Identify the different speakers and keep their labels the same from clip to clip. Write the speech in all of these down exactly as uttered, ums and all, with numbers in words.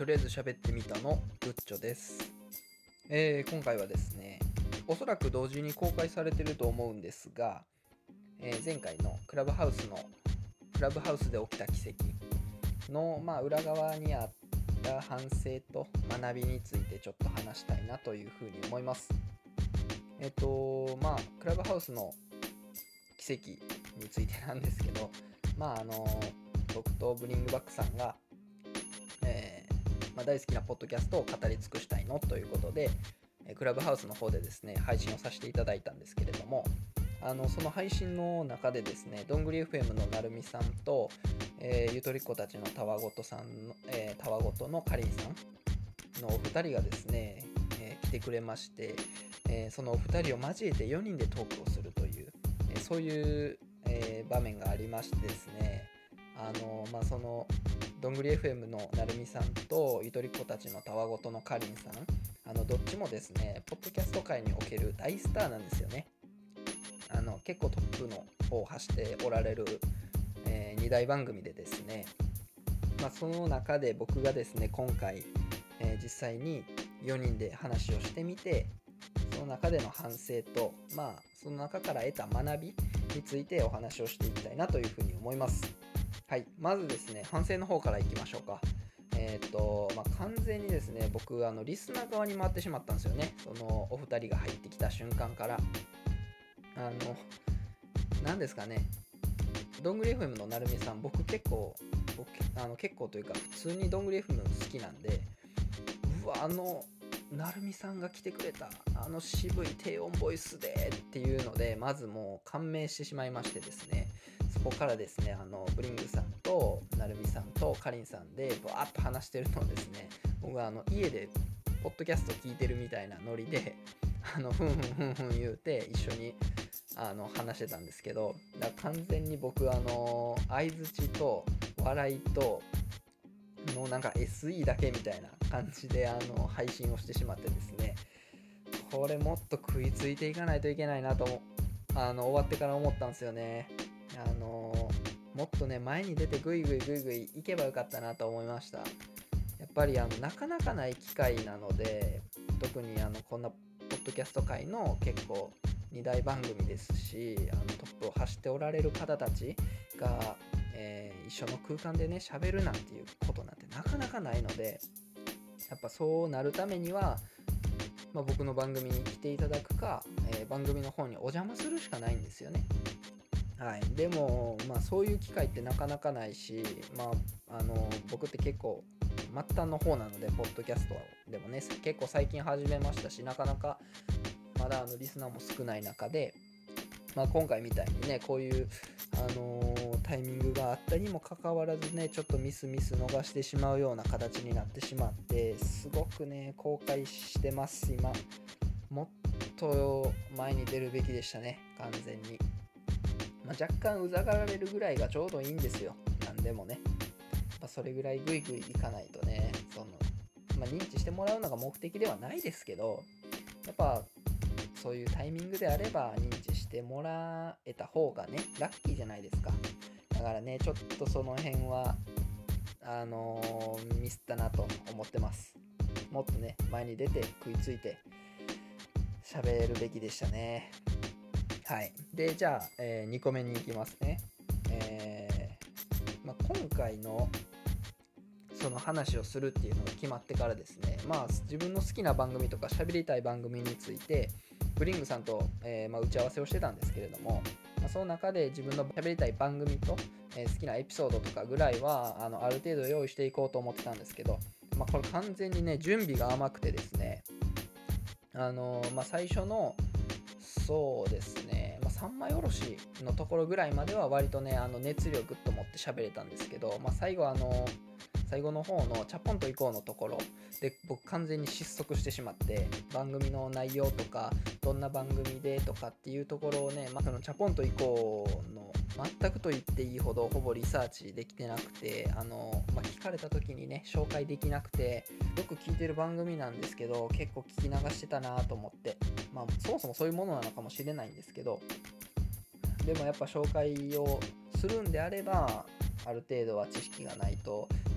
Speaker 1: とりあえず喋ってみたのグッチョです、えー今回はですね、おそらく同時に公開されてると思うんですが、えー前回のクラブハウスのクラブハウスで起きた奇跡の、まあ、裏側にあった反省と学びについてちょっと話したいなというふうに思います。えっとまあクラブハウスの奇跡についてなんですけど、まああの僕とブリングバックさんが、えーまあ、大好きなポッドキャストを語り尽くしたいのということで、えークラブハウスの方でですね配信をさせていただいたんですけれども、あのその配信の中でですね、どんぐり エフエム のなるみさんと、えーゆとりっ子たちのたわごとさんの、えーたわごとのかりんさんのお二人がですね、えー来てくれまして、えーそのお二人を交えてよにんでトークをするという、えーそういう、えー場面がありましてですね、あのまあそのどんぐり エフエム のなるみさんとゆとりっ子たちのたわごとのかりんさん、あのどっちもですねポッドキャスト界における大スターなんですよね。あの結構トップの方を走っておられる、えー、に大番組でですね、まあ、その中で僕がですね今回、えー実際によにんで話をしてみて、その中での反省と、まあその中から得た学びについてお話をしていきたいなというふうに思います。はい、まずですね反省の方からいきましょうか。えっ、とまあ完全にですね僕あのリスナー側に回ってしまったんですよね。そのお二人が入ってきた瞬間からあの何ですかね、どんぐり エフエム のなるみさん、僕結構僕あの結構というか普通にどんぐり エフエム 好きなんで、うわあのなるみさんが来てくれた、あの渋い低音ボイスでっていうのでまずもう感銘してしまいましてですね、そこからですねあのブリングさんとなるみさんとかりんさんでバーッと話してるのをですね、僕はあの家でポッドキャスト聞いてるみたいなノリであのふんふんふんふん言うて一緒にあの話してたんですけど、だから完全に僕あの相づちと笑いともうなんか エスイー だけみたいな感じであの配信をしてしまってですね、これもっと食いついていかないといけないなとあの終わってから思ったんですよね。あのもっとね前に出てグイグイグイグイ行けばよかったなと思いました。やっぱりあのなかなかない機会なので、特にあのこんなポッドキャスト界の結構に大番組ですし、あのトップを走っておられる方たちが、えー一緒の空間でね喋るなんていうことなんてなかなかないので、やっぱそうなるためには、まあ、僕の番組に来ていただくか、えー番組の方にお邪魔するしかないんですよね。はい、でも、まあ、そういう機会ってなかなかないし、まあ、あの僕って結構末端の方なので、ポッドキャストでもね結構最近始めましたし、なかなかまだあのリスナーも少ない中で、まあ、今回みたいにねこういう、あのータイミングがあったにもかかわらずね、ちょっとミスミス逃してしまうような形になってしまって、すごくね後悔してます今。もっと前に出るべきでしたね完全に。まあ、若干うざがられるぐらいがちょうどいいんですよ、なんでもね。まあ、それぐらいグイグイいかないとね、その、まあ、認知してもらうのが目的ではないですけど、やっぱそういうタイミングであれば認知してもらえた方がねラッキーじゃないですか。だからねちょっとその辺はあのーミスったなと思ってます。もっとね前に出て食いついて喋るべきでしたね。はい。でじゃあ、えにこめに行きますね。えーまあ、今回のその話をするっていうのが決まってからですね、まあ自分の好きな番組とか喋りたい番組についてブリングさんと、えーまあ、打ち合わせをしてたんですけれども、まあ、その中で自分の喋りたい番組と、えー好きなエピソードとかぐらいはあのある程度用意していこうと思ってたんですけど、まあ、これ完全にね準備が甘くてですね、あのーまあ、最初のそうですね、まあ、さんまいおろしのところぐらいまでは割とねあの熱量ぐっと持って喋れたんですけど、まあ、最後あの最後の方のチャポンと行こうのところで僕完全に失速してしまって、番組の内容とかどんな番組でとかっていうところをね、まあ、そのチャポンと行こうの全くと言っていいほどほぼリサーチできてなくて、あの、まあ、聞かれた時にね紹介できなくて、よく聞いてる番組なんですけど結構聞き流してたなと思って、まあそもそもそういうものなのかもしれないんですけど、でもやっぱ紹介をするんであればある程度は知識がないと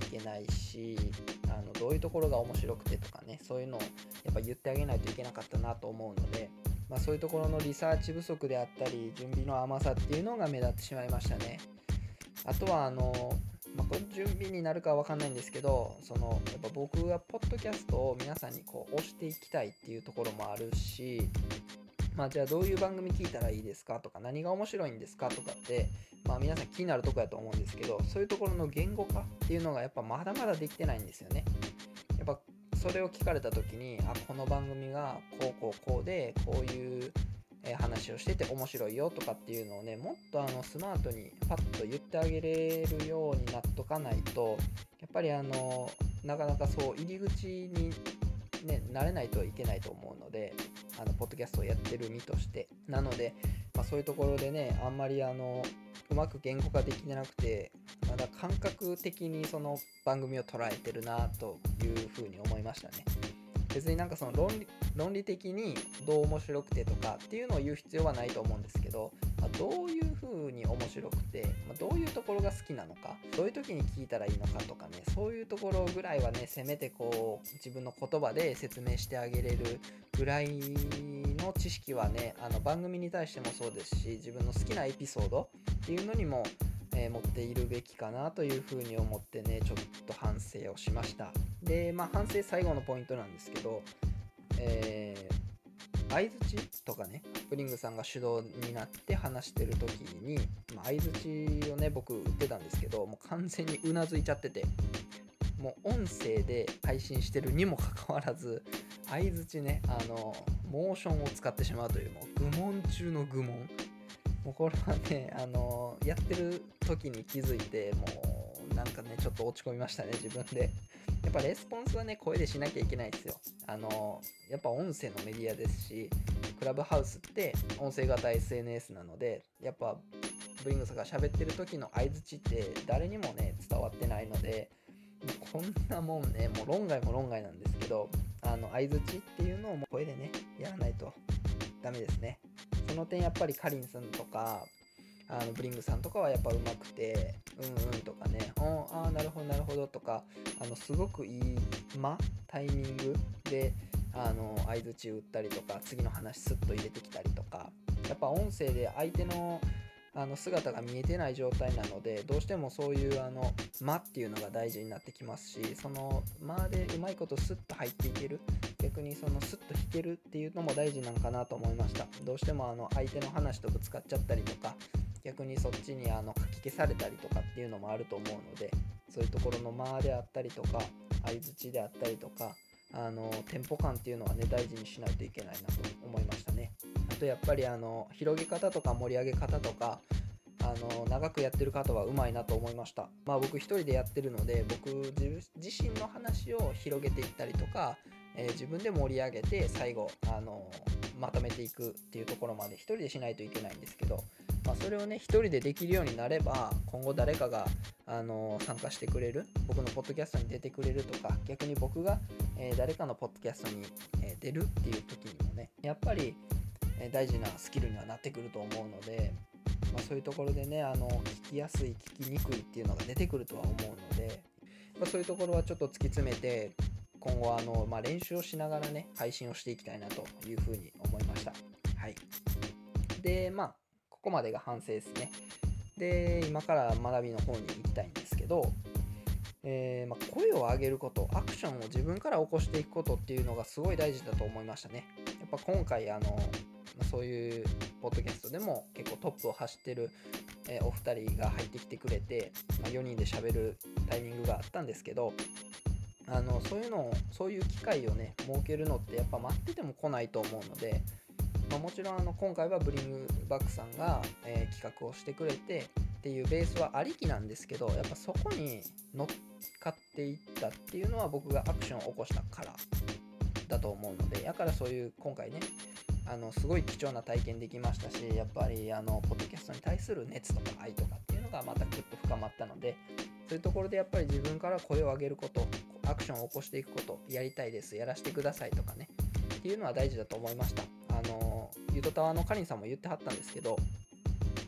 Speaker 1: いけないし、あのどういうところが面白くてとかね、そういうのをやっぱ言ってあげないといけなかったなと思うので、まあ、そういうところのリサーチ不足であったり準備の甘さっていうのが目立ってしまいましたね。あとはあの、まあ、これ準備になるかわかんないんですけど、そのやっぱ僕がポッドキャストを皆さんにこう押していきたいっていうところもあるし、まあ、じゃあどういう番組聞いたらいいですかとか、何が面白いんですかとかって、まあ、皆さん気になるとこやと思うんですけど、そういうところの言語化っていうのがやっぱまだまだできてないんですよね。やっぱそれを聞かれた時に、あ、この番組がこうこうこうでこういう話をしてて面白いよとかっていうのをね、もっとあのスマートにパッと言ってあげれるようになっとかないと、やっぱりあのなかなかそう入り口にね、慣れないといけないと思うので、あのポッドキャストをやってる身としてなので、まあ、そういうところでね、あんまりあのうまく言語化できてなくて、まだ感覚的にその番組を捉えてるなというふうに思いましたね。別になんかその論理、論理的にどう面白くてとかっていうのを言う必要はないと思うんですけど、まあ、どういう風に面白くて、まあ、どういうところが好きなのか、どういう時に聞いたらいいのかとかね、そういうところぐらいはね、せめてこう自分の言葉で説明してあげれるぐらいの知識はね、あの番組に対してもそうですし、自分の好きなエピソードっていうのにもえー、持っているべきかなというふうに思ってね、ちょっと反省をしました。で、まあ反省最後のポイントなんですけど、えー、相づちとかね、ブリングさんが主導になって話してる時に、まあ、相づちをね、僕打ってたんですけど、もう完全にうなずいちゃってて、もう音声で配信してるにもかかわらず、相づちね、あの、モーションを使ってしまうという、もう愚問中の愚問。もうこれはね、あのやってる時に気づいて、もうなんかね、ちょっと落ち込みましたね、自分で。やっぱレスポンスはね、声でしなきゃいけないですよ。あのやっぱ音声のメディアですし、クラブハウスって音声型 エスエヌエス なので、やっぱブリングさんが喋ってる時の相づちって誰にもね、伝わってないので、もうこんなもんね、もう論外も論外なんですけど、あの相づちっていうのをもう声でね、やらないとダメですね。その点やっぱりカリンさんとかあのブリングさんとかはやっぱ上手くて、うんうんとかね、おああなるほどなるほどとか、あのすごくいい間タイミングであの相づち打ったりとか、次の話スッと入れてきたりとか、やっぱ音声で相手のあの姿が見えてない状態なので、どうしてもそういうあの間っていうのが大事になってきますし、その間でうまいことスッと入っていける、逆にそのスッと弾けるっていうのも大事なんかなと思いました。どうしてもあの相手の話とぶつかっちゃったりとか、逆にそっちにあのかき消されたりとかっていうのもあると思うので、そういうところの間であったりとか、相づちであったりとか、あのテンポ感っていうのはね、大事にしないといけないなと思いましたね。あとやっぱりあの広げ方とか盛り上げ方とか、あの長くやってる方はうまいなと思いました。まあ僕一人でやってるので、僕自身の話を広げていったりとか、えー、自分で盛り上げて最後あのまとめていくっていうところまで一人でしないといけないんですけど、まあ、それをね一人でできるようになれば、今後誰かがあの参加してくれる、僕のポッドキャストに出てくれるとか、逆に僕が、えー、誰かのポッドキャストに、えー、出るっていう時にもね、やっぱり、えー、大事なスキルにはなってくると思うので、まあ、そういうところでね、あの聞きやすい聞きにくいっていうのが出てくるとは思うので、まあ、そういうところはちょっと突き詰めて、今後あの、まあ、練習をしながらね配信をしていきたいなというふうに思いました。はい。でまあここまでが反省ですね。で今から学びの方に行きたいんですけど、えーまあ、声を上げること、アクションを自分から起こしていくことっていうのがすごい大事だと思いましたね。やっぱ今回あの、まあ、そういうポッドキャストでも結構トップを走ってる、えーお二人が入ってきてくれて、まあ、よにんで喋るタイミングがあったんですけど、あのそういうのをそういう機会をね設けるのってやっぱ待ってても来ないと思うので、まあ、もちろんあの今回はブリングバックさんが、えー企画をしてくれてっていうベースはありきなんですけど、やっぱそこに乗っかっていったっていうのは僕がアクションを起こしたからだと思うので、だからそういう今回ねあのすごい貴重な体験できましたし、やっぱりあのポッドキャストに対する熱とか愛とかっていうのがまたぐっと深まったので、そういうところでやっぱり自分から声を上げること、アクションを起こしていくこと、やりたいです、やらせてくださいとかねっていうのは大事だと思いました。あのゆとたわのかりんさんも言ってはったんですけど、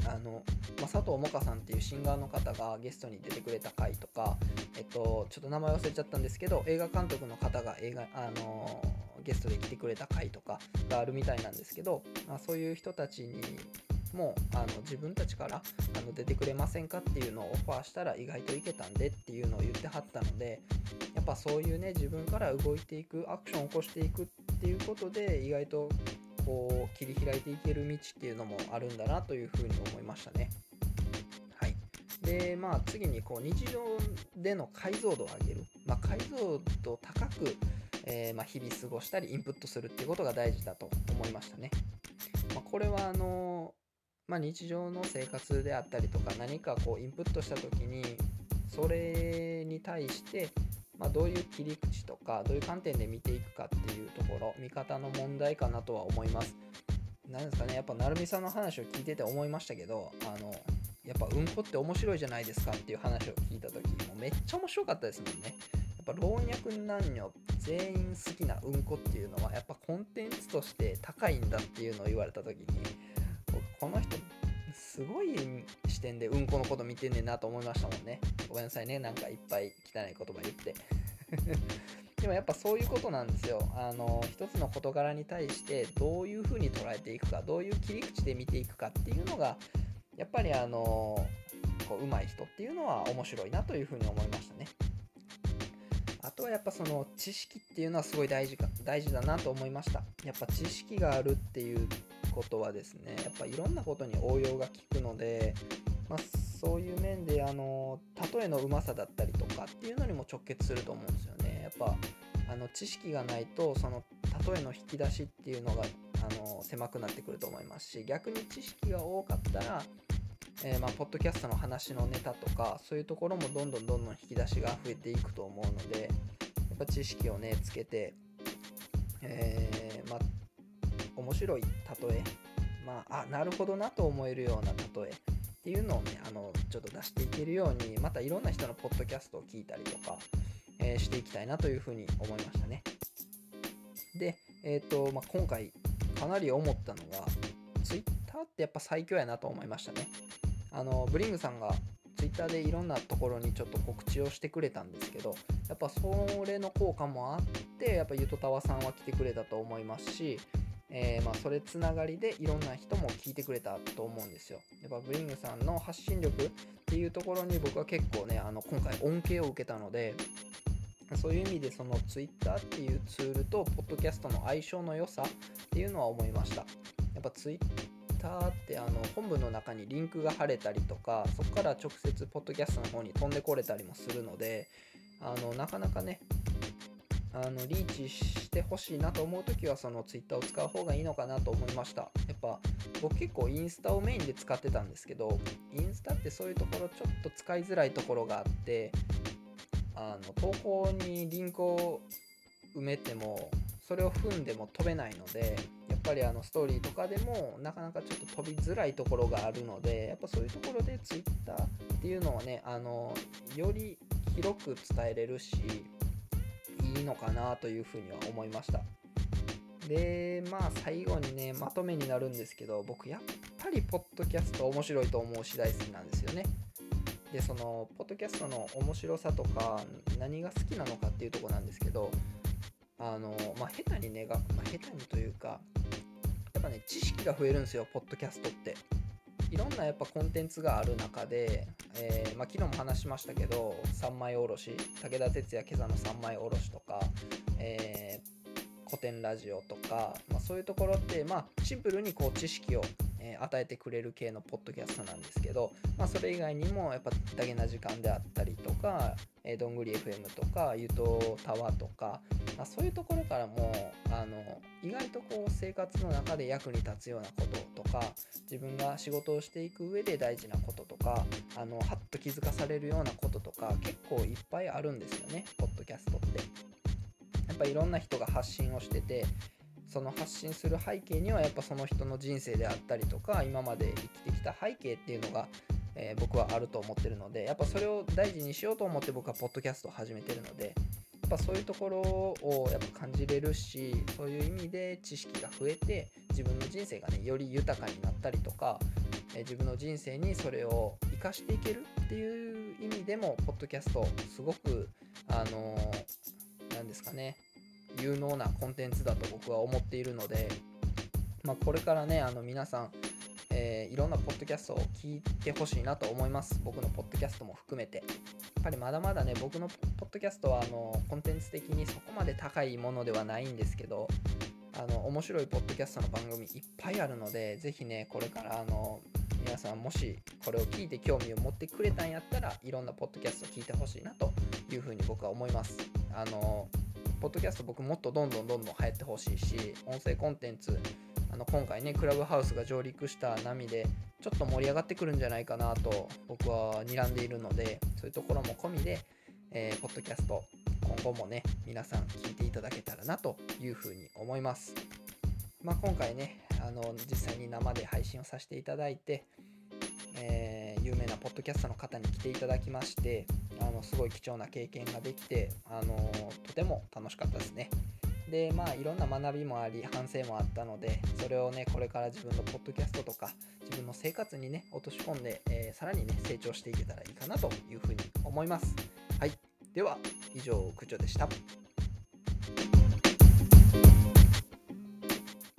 Speaker 1: あの、まあ、佐藤萌歌さんっていうシンガーの方がゲストに出てくれた回とか、えっと、ちょっと名前忘れちゃったんですけど、映画監督の方が映画、あのゲストで来てくれた回とかがあるみたいなんですけど、まあ、そういう人たちにもあの自分たちからあの出てくれませんかっていうのをオファーしたら意外といけたんでっていうのを言ってはったので、やっぱそういうね、自分から動いていく、アクションを起こしていくっていうことで意外とこう切り開いていける道っていうのもあるんだなというふうに思いましたね。はい。で、まあ次にこう日常での解像度を上げる、まあ、解像度高く、えーまあ、日々過ごしたりインプットするっていうことが大事だと思いましたね。まあ、これはあのまあ、日常の生活であったりとか、何かこうインプットした時にそれに対して、まあ、どういう切り口とかどういう観点で見ていくかっていうところ、見方の問題かなとは思います。なんですかね、やっぱ成美さんの話を聞いてて思いましたけど、あのやっぱうんこって面白いじゃないですかっていう話を聞いた時もうめっちゃ面白かったですもんね。やっぱ老若男女全員好きなうんこっていうのはやっぱコンテンツとして高いんだっていうのを言われた時に、僕この人すごい視点でうんこのこと見てんねんなと思いましたもんね。ごめんなさいね、なんかいっぱい汚い言葉言ってでもやっぱそういうことなんですよ。あの一つの事柄に対してどういうふうに捉えていくか、どういう切り口で見ていくかっていうのがやっぱりあのこう上手い人っていうのは面白いなというふうに思いましたね。あとはやっぱその知識っていうのはすごい大事か大事だなと思いました。やっぱ知識があるっていうことはですね、やっぱいろんなことに応用が効くので、まあ、そういう面であの例えのうまさだったりとかっていうのにも直結すると思うんですよね。やっぱあの知識がないとその例えの引き出しっていうのがあの狭くなってくると思いますし、逆に知識が多かったらえーまあ、ポッドキャストの話のネタとかそういうところもどんどんどんどん引き出しが増えていくと思うので、やっぱ知識をねつけて、えーまあ、面白い例え、まあ、あなるほどなと思えるような例えっていうのをねあのちょっと出していけるように、またいろんな人のポッドキャストを聞いたりとか、えーしていきたいなというふうに思いましたね。で、えーとまあ、今回かなり思ったのが、ツイッターってやっぱ最強やなと思いましたね。あのブリングさんがツイッターでいろんなところにちょっと告知をしてくれたんですけど、やっぱそれの効果もあってやっぱゆとたわさんは来てくれたと思いますし、えー、まあそれつながりでいろんな人も聞いてくれたと思うんですよ。やっぱブリングさんの発信力っていうところに僕は結構ねあの今回恩恵を受けたので、そういう意味でそのツイッターっていうツールとポッドキャストの相性の良さっていうのは思いました。やっぱツイッターってあの本文の中にリンクが貼れたりとか、そこから直接ポッドキャストの方に飛んでこれたりもするので、あのなかなかねあのリーチしてほしいなと思うときはそのツイッターを使う方がいいのかなと思いました。やっぱ僕結構インスタをメインで使ってたんですけど、インスタってそういうところちょっと使いづらいところがあって、あの投稿にリンクを埋めてもそれを踏んでも飛べないので、やっぱりあのストーリーとかでもなかなかちょっと飛びづらいところがあるので、やっぱそういうところで Twitter っていうのはねあのより広く伝えれるしいいのかなというふうには思いました。でまあ最後にねまとめになるんですけど、僕やっぱりポッドキャスト面白いと思う次第好きなんですよね。でそのポッドキャストの面白さとか何が好きなのかっていうところなんですけど、あのまあ下手にねが、まあ、下手にというかやっぱね知識が増えるんですよポッドキャストって。いろんなやっぱコンテンツがある中で、えーまあ、昨日も話しましたけど三枚おろし、武田鉄矢今朝の三枚おろしとか、えー、古典ラジオとか、まあ、そういうところって、まあ、シンプルにこう知識を、えー与えてくれる系のポッドキャストなんですけど、まあ、それ以外にもやっぱダゲな時間であったりとか、えーどんぐり エフエム とかゆとたわとか、まあ、そういうところからもあの意外とこう生活の中で役に立つようなこととか、自分が仕事をしていく上で大事なこととか、あのハッと気づかされるようなこととか結構いっぱいあるんですよねポッドキャストって。やっぱいろんな人が発信をしてて、その発信する背景にはやっぱその人の人生であったりとか今まで生きてきた背景っていうのが、えー僕はあると思ってるので、やっぱそれを大事にしようと思って僕はポッドキャストを始めてるので、 っぱそういうところをやっぱ感じれるし、そういう意味で知識が増えて自分の人生がねより豊かになったりとか、え自分の人生にそれを生かしていけるっていう意味でもポッドキャストすごくあの何ですかね、有能なコンテンツだと僕は思っているので、まあ、これからねあの皆さん、えーいろんなポッドキャストを聞いてほしいなと思います。僕のポッドキャストも含めて。やっぱりまだまだね僕のポッドキャストはあのコンテンツ的にそこまで高いものではないんですけど、あの面白いポッドキャストの番組いっぱいあるので、ぜひねこれからあの皆さんもしこれを聞いて興味を持ってくれたんやったらいろんなポッドキャスト聞いてほしいなというふうに僕は思います。あのポッドキャスト僕もっとどんどんどんどん流行ってほしいし、音声コンテンツあの今回ねクラブハウスが上陸した波でちょっと盛り上がってくるんじゃないかなと僕は睨んでいるので、そういうところも込みで、えーポッドキャスト今後もね皆さん聞いていただけたらなというふうに思います。まあ、今回ねあの実際に生で配信をさせていただいて、えー有名なポッドキャストの方に来ていただきまして、あのすごい貴重な経験ができて、あのとても楽しかったですね。でまあいろんな学びもあり反省もあったので、それをねこれから自分のポッドキャストとか自分の生活にね落とし込んで、えーさらにね成長していけたらいいかなというふうに思います。はい、では以上クチョでした。